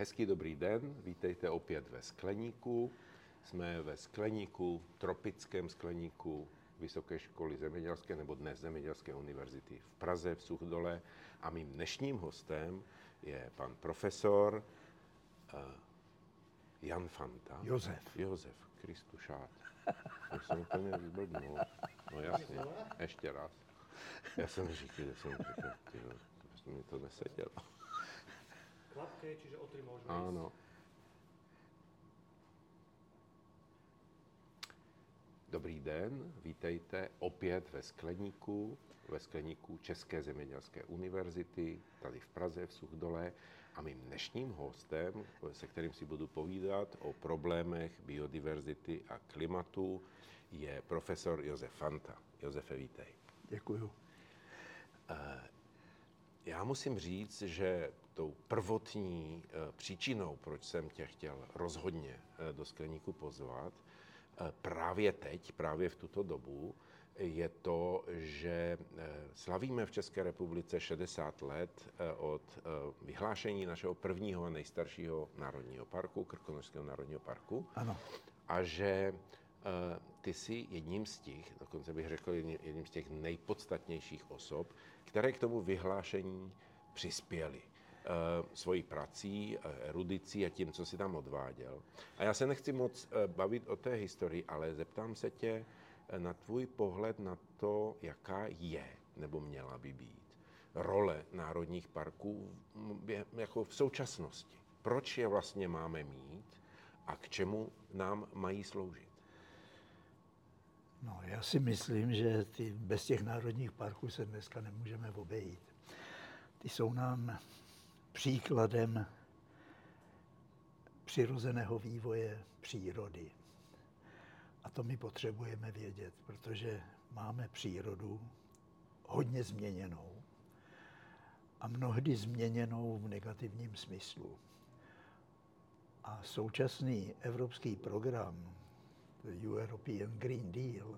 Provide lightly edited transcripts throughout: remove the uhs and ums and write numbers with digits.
Hezký dobrý den, vítejte opět ve Skleníku. Jsme ve Skleníku, tropickém Skleníku Vysoké školy zemědělské, nebo dnes Zemědělské univerzity v Praze, v Suchdole. A mým dnešním hostem je pan profesor Jan Fanta. Josef Kristušát. To jsem úplně vyblbnul. No jasně, ještě raz. Já jsem říkal, že mi to nesedělo. Klapke, čiže o 3 môžeme Áno. Dobrý den, vítejte opět ve Skleníku České zemědělské univerzity, tady v Praze, v Suchdole. A mým dnešním hostem, se kterým si budu povídat o problémech biodiverzity a klimatu, je profesor Josef Fanta. Josefe, vítej. Děkuju. Já musím říct, že tou prvotní příčinou, proč jsem tě chtěl rozhodně do Skleníku pozvat, právě teď, právě v tuto dobu, je to, že slavíme v České republice 60 let od vyhlášení našeho prvního a nejstaršího národního parku, Krkonošského národního parku. Ano. A že ty jsi jedním z těch, dokonce bych řekl jedním z těch nejpodstatnějších osob, které k tomu vyhlášení přispěly svojí prací, erudicí a tím, co si tam odváděl. A já se nechci moc bavit o té historii, ale zeptám se tě na tvůj pohled na to, jaká je, nebo měla by být, role národních parků jako v současnosti. Proč je vlastně máme mít a k čemu nám mají sloužit? No, já si myslím, že bez těch národních parků se dneska nemůžeme obejít. Ty jsou nám příkladem přirozeného vývoje přírody. A to my potřebujeme vědět, protože máme přírodu hodně změněnou a mnohdy změněnou v negativním smyslu. A současný evropský program, European Green Deal,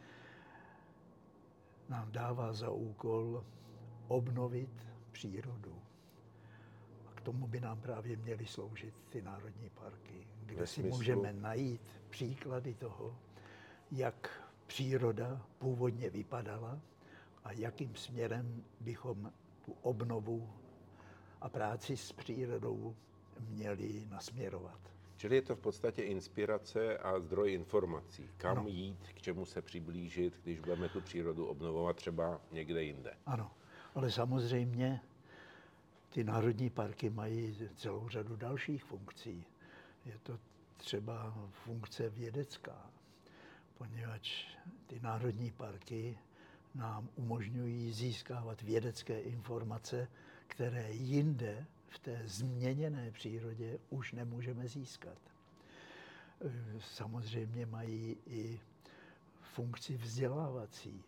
nám dává za úkol obnovit přírodu. A k tomu by nám právě měly sloužit ty národní parky, kde si můžeme najít příklady toho, jak příroda původně vypadala a jakým směrem bychom tu obnovu a práci s přírodou měli nasměrovat. Čili je to v podstatě inspirace a zdroj informací. Kam jít, k čemu se přiblížit, když budeme tu přírodu obnovovat třeba někde jinde. Ano, ale samozřejmě ty národní parky mají celou řadu dalších funkcí. Je to třeba funkce vědecká, poněvadž ty národní parky nám umožňují získávat vědecké informace, které jinde v té změněné přírodě už nemůžeme získat. Samozřejmě mají i funkci vzdělávací.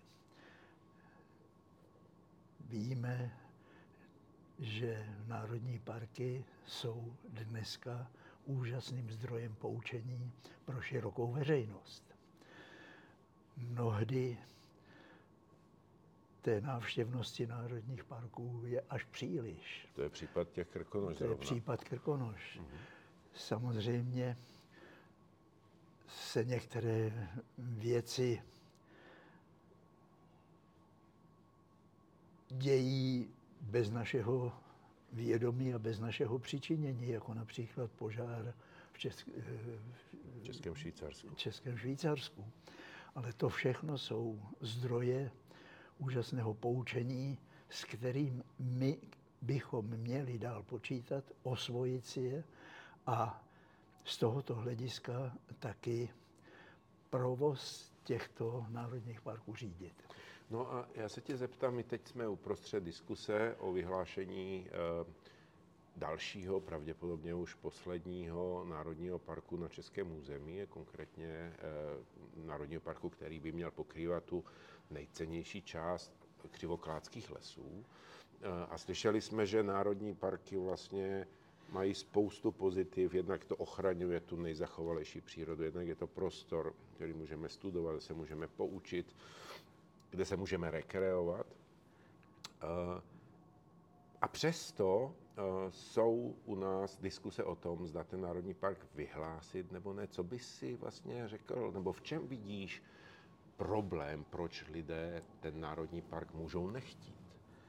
Víme, že národní parky jsou dneska úžasným zdrojem poučení pro širokou veřejnost. Mnohdy té návštěvnosti národních parků je až příliš. To je případ těch Krkonoš. To je případ Krkonoš. Samozřejmě se některé věci dějí bez našeho vědomí a bez našeho přičinění, jako například požár v Českém Švýcarsku. Ale to všechno jsou zdroje úžasného poučení, s kterým my bychom měli dál počítat, osvojit si je a z tohoto hlediska taky provoz těchto národních parků řídit. No a já se tě zeptám, my teď jsme uprostřed diskuse o vyhlášení dalšího, pravděpodobně už posledního národního parku na českém území, konkrétně národního parku, který by měl pokrývat tu nejcennější část křivoklátských lesů. A slyšeli jsme, že národní parky vlastně mají spoustu pozitiv, jednak to ochraňuje tu nejzachovalejší přírodu, jednak je to prostor, který můžeme studovat, kde se můžeme poučit, kde se můžeme rekreovat. A přesto jsou u nás diskuse o tom, zda ten národní park vyhlásit nebo ne. Co bys si vlastně řekl, nebo v čem vidíš problém, proč lidé ten národní park můžou nechtít?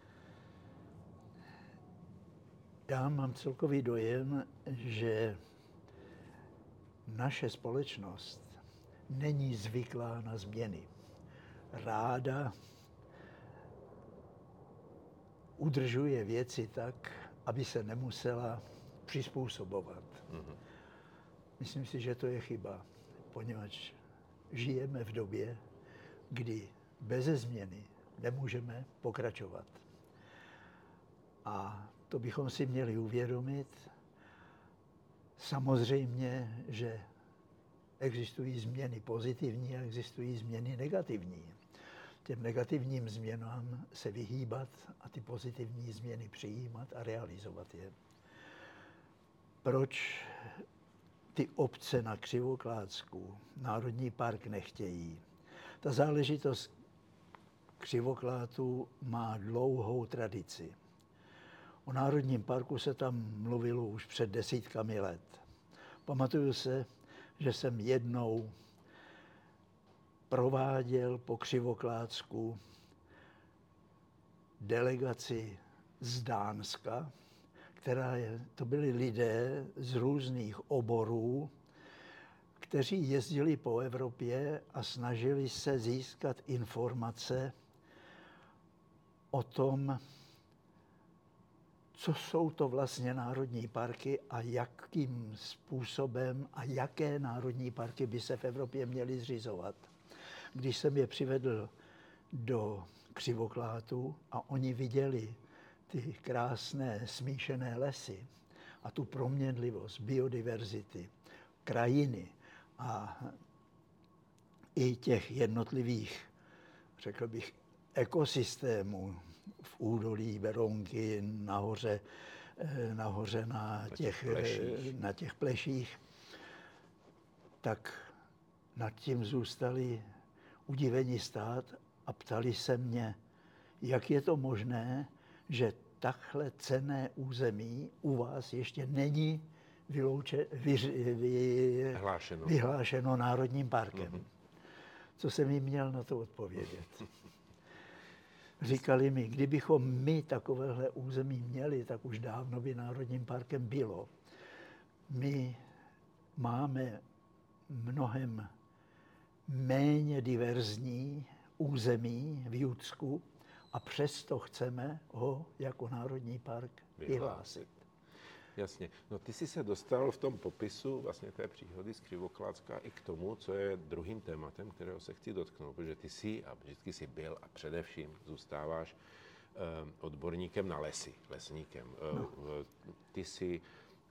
Já mám celkový dojem, že naše společnost není zvyklá na změny. Ráda udržuje věci tak, aby se nemusela přizpůsobovat. Myslím si, že to je chyba, poněvadž žijeme v době, kdy beze změny nemůžeme pokračovat. A to bychom si měli uvědomit. Samozřejmě, že existují změny pozitivní a existují změny negativní. Těm negativním změnám se vyhýbat a ty pozitivní změny přijímat a realizovat je. Proč ty obce na Křivoklátsku národní park nechtějí? Ta záležitost Křivoklátu má dlouhou tradici. O národním parku se tam mluvilo už před desítkami let. Pamatuju se, že jsem jednou prováděl po Křivoklátsku delegaci z Dánska, to byli lidé z různých oborů, kteří jezdili po Evropě a snažili se získat informace o tom, co jsou to vlastně národní parky a jakým způsobem a jaké národní parky by se v Evropě měly zřizovat. Když jsem je přivedl do Křivoklátu a oni viděli ty krásné smíšené lesy a tu proměnlivost biodiverzity, krajiny a i těch jednotlivých, řekl bych, ekosystémů v údolí Berounky, nahoře na těch pleších, tak nad tím zůstali udiveni stát a ptali se mě, jak je to možné, že takhle cenné území u vás ještě není vyhlášeno národním parkem. Co jsem jim měl na to odpovědět? Říkali mi, kdybychom my takovéhle území měli, tak už dávno by národním parkem bylo. My máme mnohem méně diverzní území v Judsku a přesto chceme ho jako národní park vyhlásit. Jasně. No ty jsi se dostal v tom popisu vlastně té příhody z Křivoklácka i k tomu, co je druhým tématem, kterého se chci dotknout, protože ty jsi a vždycky jsi byl a především zůstáváš odborníkem na lesy, lesníkem. No. Ty jsi,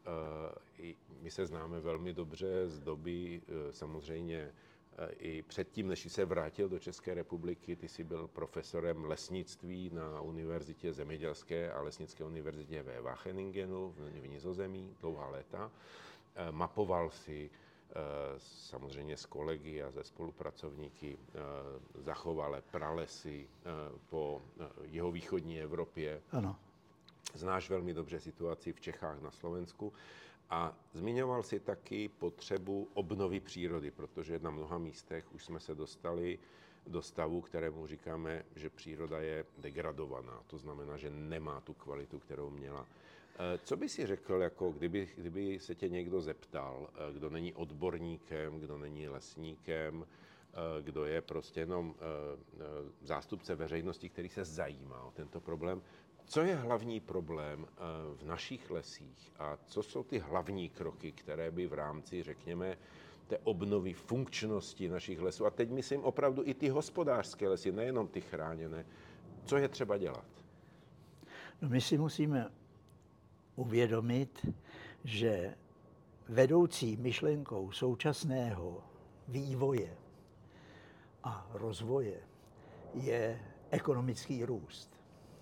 my se známe velmi dobře z doby samozřejmě i předtím, než jsi se vrátil do České republiky, ty jsi byl profesorem lesnictví na univerzitě zemědělské a lesnické univerzitě ve Wacheningenu v Nizozemí dlouhá léta. Mapoval si samozřejmě s kolegy a se spolupracovníky zachovalé pralesy po jihovýchodní Evropě. Ano. Znáš velmi dobře situaci v Čechách, na Slovensku. A zmiňoval si taky potřebu obnovy přírody, protože na mnoha místech už jsme se dostali do stavu, kterému říkáme, že příroda je degradovaná. To znamená, že nemá tu kvalitu, kterou měla. Co by si řekl, jako kdyby se tě někdo zeptal, kdo není odborníkem, kdo není lesníkem, kdo je prostě jenom zástupce veřejnosti, který se zajímá o tento problém, co je hlavní problém v našich lesích a co jsou ty hlavní kroky, které by v rámci, řekněme, té obnovy funkčnosti našich lesů, a teď myslím opravdu i ty hospodářské lesy, nejenom ty chráněné, co je třeba dělat? No my si musíme uvědomit, že vedoucí myšlenkou současného vývoje a rozvoje je ekonomický růst.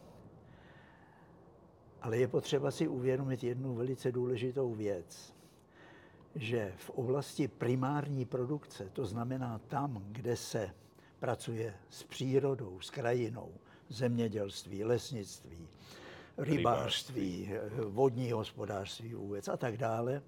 Ale je potřeba si uvědomit jednu velice důležitou věc, že v oblasti primární produkce, to znamená tam, kde se pracuje s přírodou, s krajinou, zemědělství, lesnictví, rybářství, vodní hospodářství vůbec a tak dále.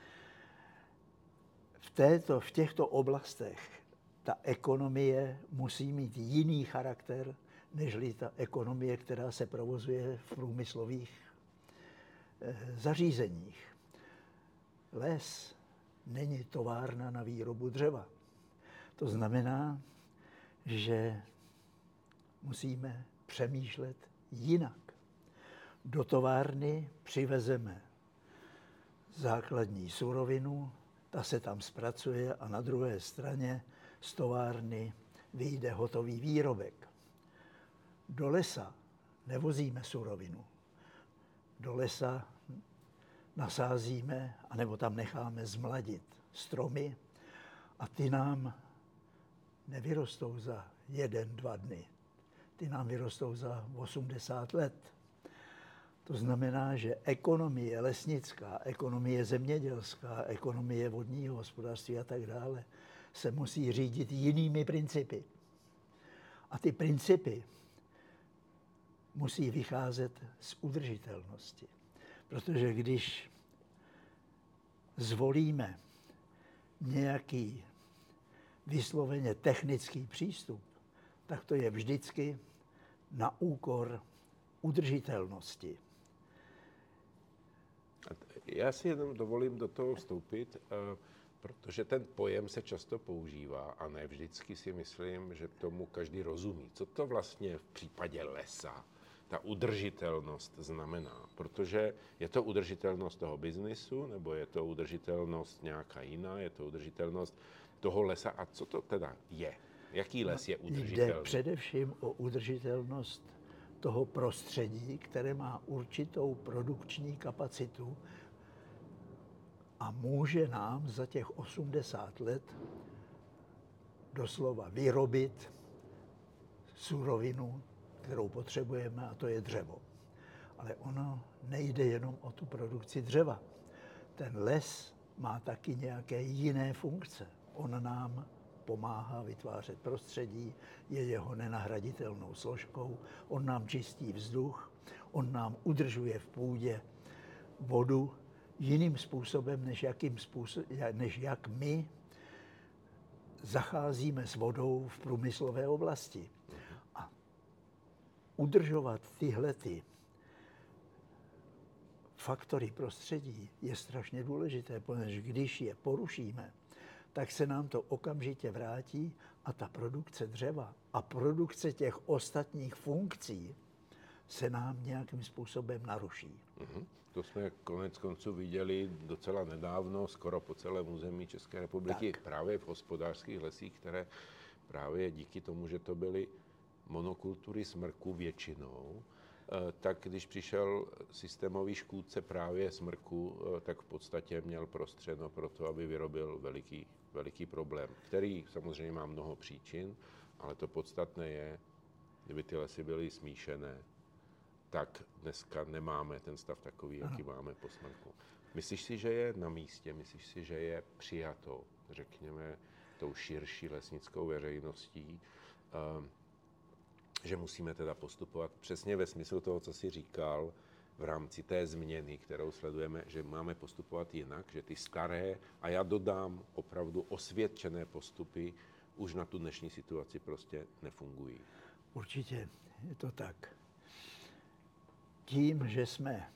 V těchto oblastech ta ekonomie musí mít jiný charakter, nežli ta ekonomie, která se provozuje v průmyslových zařízeních. Les není továrna na výrobu dřeva. To znamená, že musíme přemýšlet jinak. Do továrny přivezeme základní surovinu, ta se tam zpracuje a na druhé straně z továrny vyjde hotový výrobek. Do lesa nevozíme surovinu. Do lesa nasázíme, anebo tam necháme zmladit stromy a ty nám nevyrostou za 1-2 dny. Ty nám vyrostou za 80 let. To znamená, že ekonomie lesnická, ekonomie zemědělská, ekonomie vodního hospodářství a tak dále se musí řídit jinými principy. A ty principy musí vycházet z udržitelnosti. Protože když zvolíme nějaký vysloveně technický přístup, tak to je vždycky na úkor udržitelnosti. Já si jenom dovolím do toho vstoupit, protože ten pojem se často používá a ne vždycky si myslím, že tomu každý rozumí. Co to vlastně v případě lesa, ta udržitelnost znamená? Protože je to udržitelnost toho biznisu, nebo je to udržitelnost nějaká jiná, je to udržitelnost toho lesa. A co to teda je? Jaký les je udržitelný? Jde především o udržitelnost toho prostředí, které má určitou produkční kapacitu a může nám za těch 80 let doslova vyrobit surovinu, kterou potřebujeme, a to je dřevo. Ale ono nejde jenom o tu produkci dřeva. Ten les má taky nějaké jiné funkce. On nám pomáhá vytvářet prostředí, je jeho nenahraditelnou složkou, on nám čistí vzduch, on nám udržuje v půdě vodu jiným způsobem, než jak my zacházíme s vodou v průmyslové oblasti. A udržovat tyhle faktory prostředí je strašně důležité, protože když je porušíme, tak se nám to okamžitě vrátí a ta produkce dřeva a produkce těch ostatních funkcí se nám nějakým způsobem naruší. To jsme konec konců viděli docela nedávno, skoro po celém území České republiky, tak. Právě v hospodářských lesích, které právě díky tomu, že to byly monokultury smrku většinou, tak když přišel systémový škůdce právě smrku, tak v podstatě měl prostřeno pro to, aby vyrobil veliký problém, který samozřejmě má mnoho příčin, ale to podstatné je, kdyby ty lesy byly smíšené, tak dneska nemáme ten stav takový, jaký máme po smrku. Myslíš si, že je na místě, myslíš si, že je přijato, řekněme, tou širší lesnickou veřejností, že musíme teda postupovat přesně ve smyslu toho, co jsi říkal, v rámci té změny, kterou sledujeme, že máme postupovat jinak, že ty staré, a já dodám opravdu osvědčené postupy, už na tu dnešní situaci prostě nefungují. Určitě je to tak. Tím, že jsme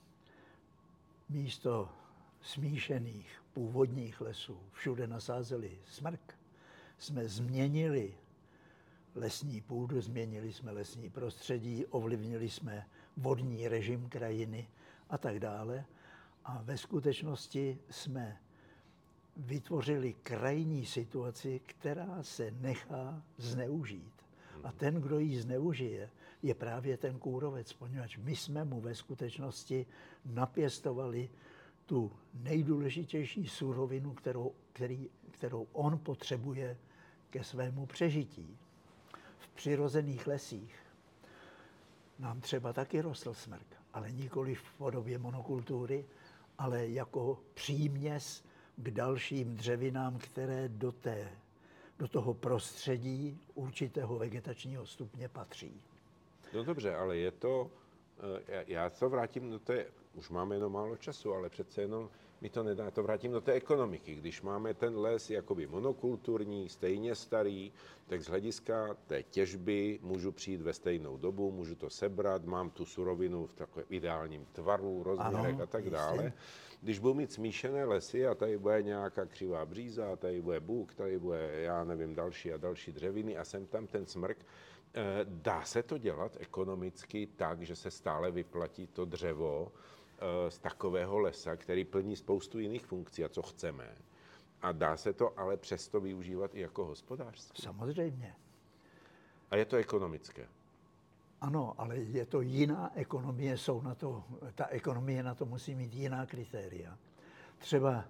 místo smíšených původních lesů všude nasázeli smrk, jsme změnili lesní půdu, změnili jsme lesní prostředí, ovlivnili jsme vodní režim krajiny a tak dále. A ve skutečnosti jsme vytvořili krajní situaci, která se nechá zneužít. A ten, kdo ji zneužije, je právě ten kůrovec, poněvadž my jsme mu ve skutečnosti napěstovali tu nejdůležitější surovinu, kterou on potřebuje ke svému přežití. V přirozených lesích nám třeba taky rostl smrk, ale nikoli v podobě monokultury, ale jako příměs k dalším dřevinám, které do toho prostředí určitého vegetačního stupně patří. No dobře, ale je to Já to vrátím do té, už máme jenom málo času, ale přece jenom mi to nedá, to vrátím do té ekonomiky. Když máme ten les jakoby monokulturní, stejně starý, tak z hlediska té těžby můžu přijít ve stejnou dobu, můžu to sebrat, mám tu surovinu v takovém ideálním tvaru, rozměrech a tak dále. Když budu mít smíšené lesy a tady bude nějaká křivá bříza, tady bude buk, tady bude, já nevím, další a další dřeviny a sem tam ten smrk, dá se to dělat ekonomicky tak, že se stále vyplatí to dřevo z takového lesa, který plní spoustu jiných funkcí a co chceme. A dá se to ale přesto využívat i jako hospodářství. Samozřejmě. A je to ekonomické. Ano, ale je to jiná ekonomie, ta ekonomie na to musí mít jiná kritéria. Třeba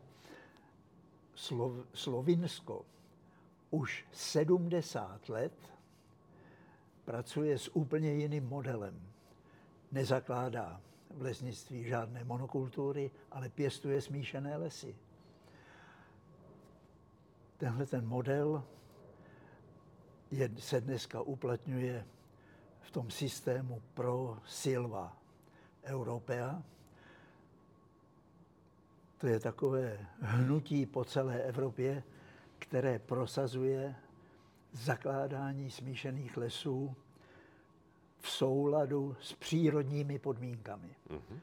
Slovinsko už 70 let pracuje s úplně jiným modelem. Nezakládá v lesnictví žádné monokultury, ale pěstuje smíšené lesy. Tenhle ten model se dneska uplatňuje v tom systému pro Silva Europea. To je takové hnutí po celé Evropě, které prosazuje zakládání smíšených lesů v souladu s přírodními podmínkami.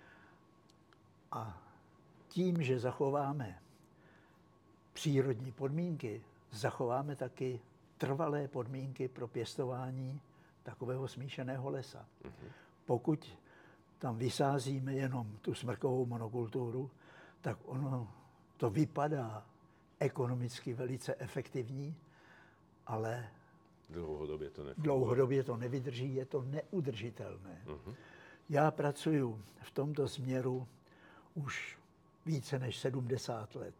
A tím, že zachováme přírodní podmínky, zachováme taky trvalé podmínky pro pěstování takového smíšeného lesa. Pokud tam vysázíme jenom tu smrkovou monokulturu, tak ono to vypadá ekonomicky velice efektivní, ale dlouhodobě to nevydrží, je to neudržitelné. Já pracuji v tomto směru už více než 70 let.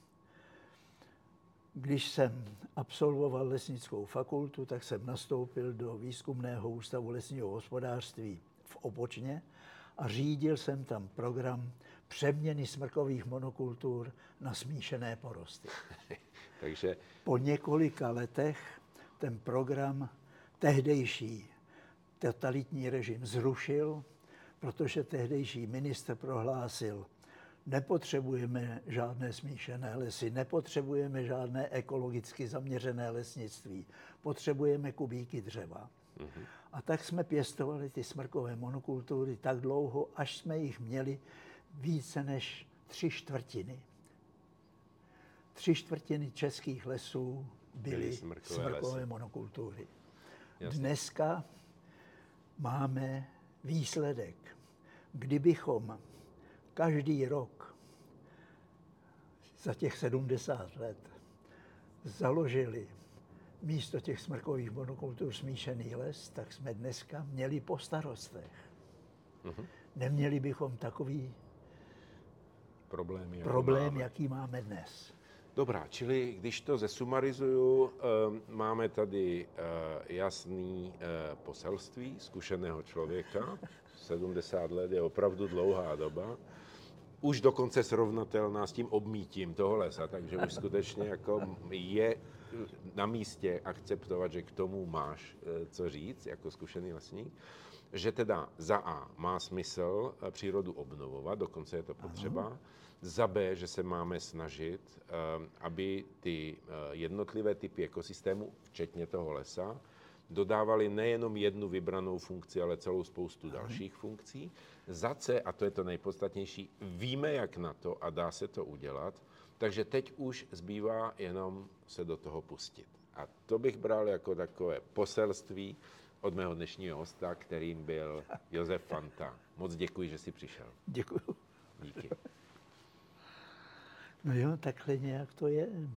Když jsem absolvoval lesnickou fakultu, tak jsem nastoupil do Výzkumného ústavu lesního hospodářství v Opočně a řídil jsem tam program přeměny smrkových monokultur na smíšené porosty. Takže po několika letech ten program tehdejší totalitní režim zrušil, protože tehdejší ministr prohlásil, nepotřebujeme žádné smíšené lesy, nepotřebujeme žádné ekologicky zaměřené lesnictví, potřebujeme kubíky dřeva. A tak jsme pěstovali ty smrkové monokultury tak dlouho, až jsme jich měli více než 3/4. 3/4 českých lesů byly smrkové monokultury. Jasně. Dneska máme výsledek. Kdybychom každý rok za těch 70 let založili místo těch smrkových monokultur smíšený les, tak jsme dneska měli po starostech. Neměli bychom takový problém, jaký máme dnes. Dobrá, čili když to zesumarizuju, máme tady jasný poselství zkušeného člověka. 70 let je opravdu dlouhá doba. Už dokonce srovnatelná s tím obmítím toho lesa, takže už skutečně jako je na místě akceptovat, že k tomu máš co říct jako zkušený lesník. Že teda za A má smysl přírodu obnovovat, dokonce je to potřeba. Za B, že se máme snažit, aby ty jednotlivé typy ekosystému, včetně toho lesa, dodávali nejenom jednu vybranou funkci, ale celou spoustu dalších funkcí. Za C, a to je to nejpodstatnější, víme, jak na to a dá se to udělat, takže teď už zbývá jenom se do toho pustit. A to bych bral jako takové poselství od mého dnešního hosta, kterým byl Josef Fanta. Moc děkuji, že jsi přišel. Děkuji. Díky. No jo, takhle nějak to je.